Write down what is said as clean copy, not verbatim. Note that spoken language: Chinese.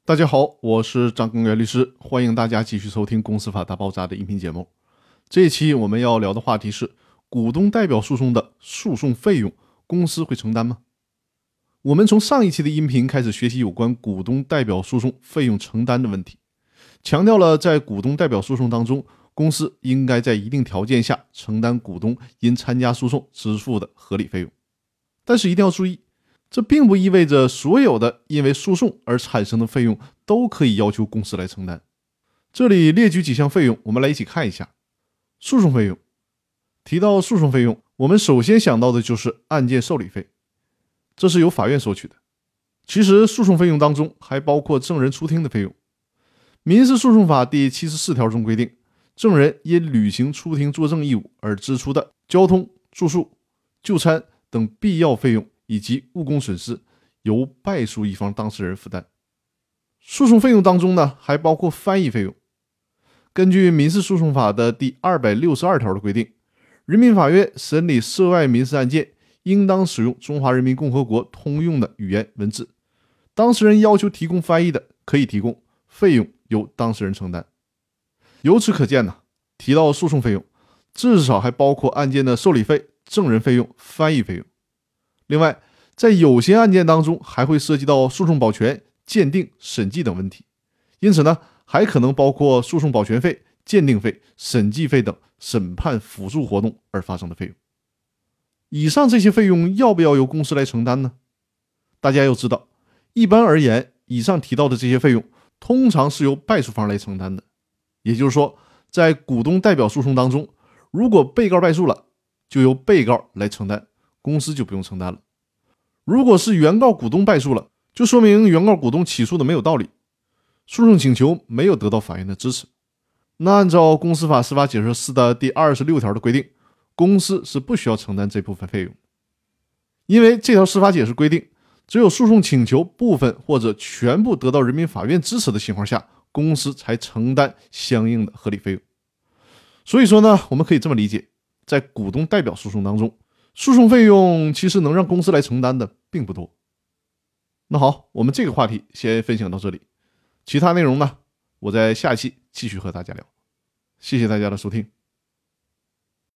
大家好，我是张根源律师，欢迎大家继续收听《公司法大爆炸》的音频节目。这一期我们要聊的话题是股东代表诉讼的诉讼费用，公司会承担吗？我们从上一期的音频开始学习有关股东代表诉讼费用承担的问题，强调了在股东代表诉讼当中，公司应该在一定条件下承担股东因参加诉讼支付的合理费用。但是一定要注意，这并不意味着所有的因为诉讼而产生的费用都可以要求公司来承担。这里列举几项费用，我们来一起看一下。诉讼费用，提到诉讼费用，我们首先想到的就是案件受理费，这是由法院收取的。其实诉讼费用当中还包括证人出庭的费用。民事诉讼法第74条中规定，证人因履行出庭作证义务而支出的交通、住宿、就餐等必要费用以及误工损失，由败诉一方当事人负担。诉讼费用当中呢，还包括翻译费用。根据民事诉讼法的第262条的规定，人民法院审理涉外民事案件应当使用中华人民共和国通用的语言文字，当事人要求提供翻译的可以提供，费用由当事人承担。由此可见呢，提到诉讼费用，至少还包括案件的受理费、证人费用、翻译费用。另外，在有些案件当中还会涉及到诉讼保全、鉴定、审计等问题，因此呢，还可能包括诉讼保全费、鉴定费、审计费等审判辅助活动而发生的费用。以上这些费用要不要由公司来承担呢？大家要知道，一般而言，以上提到的这些费用通常是由败诉方来承担的。也就是说，在股东代表诉讼当中，如果被告败诉了，就由被告来承担，公司就不用承担了。如果是原告股东败诉了，就说明原告股东起诉的没有道理，诉讼请求没有得到法院的支持。那按照公司法司法解释4的第26条的规定，公司是不需要承担这部分费用。因为这条司法解释规定，只有诉讼请求部分或者全部得到人民法院支持的情况下，公司才承担相应的合理费用。所以说呢，我们可以这么理解，在股东代表诉讼当中，诉讼费用其实能让公司来承担的并不多。那好，我们这个话题先分享到这里，其他内容呢，我在下期继续和大家聊。谢谢大家的收听。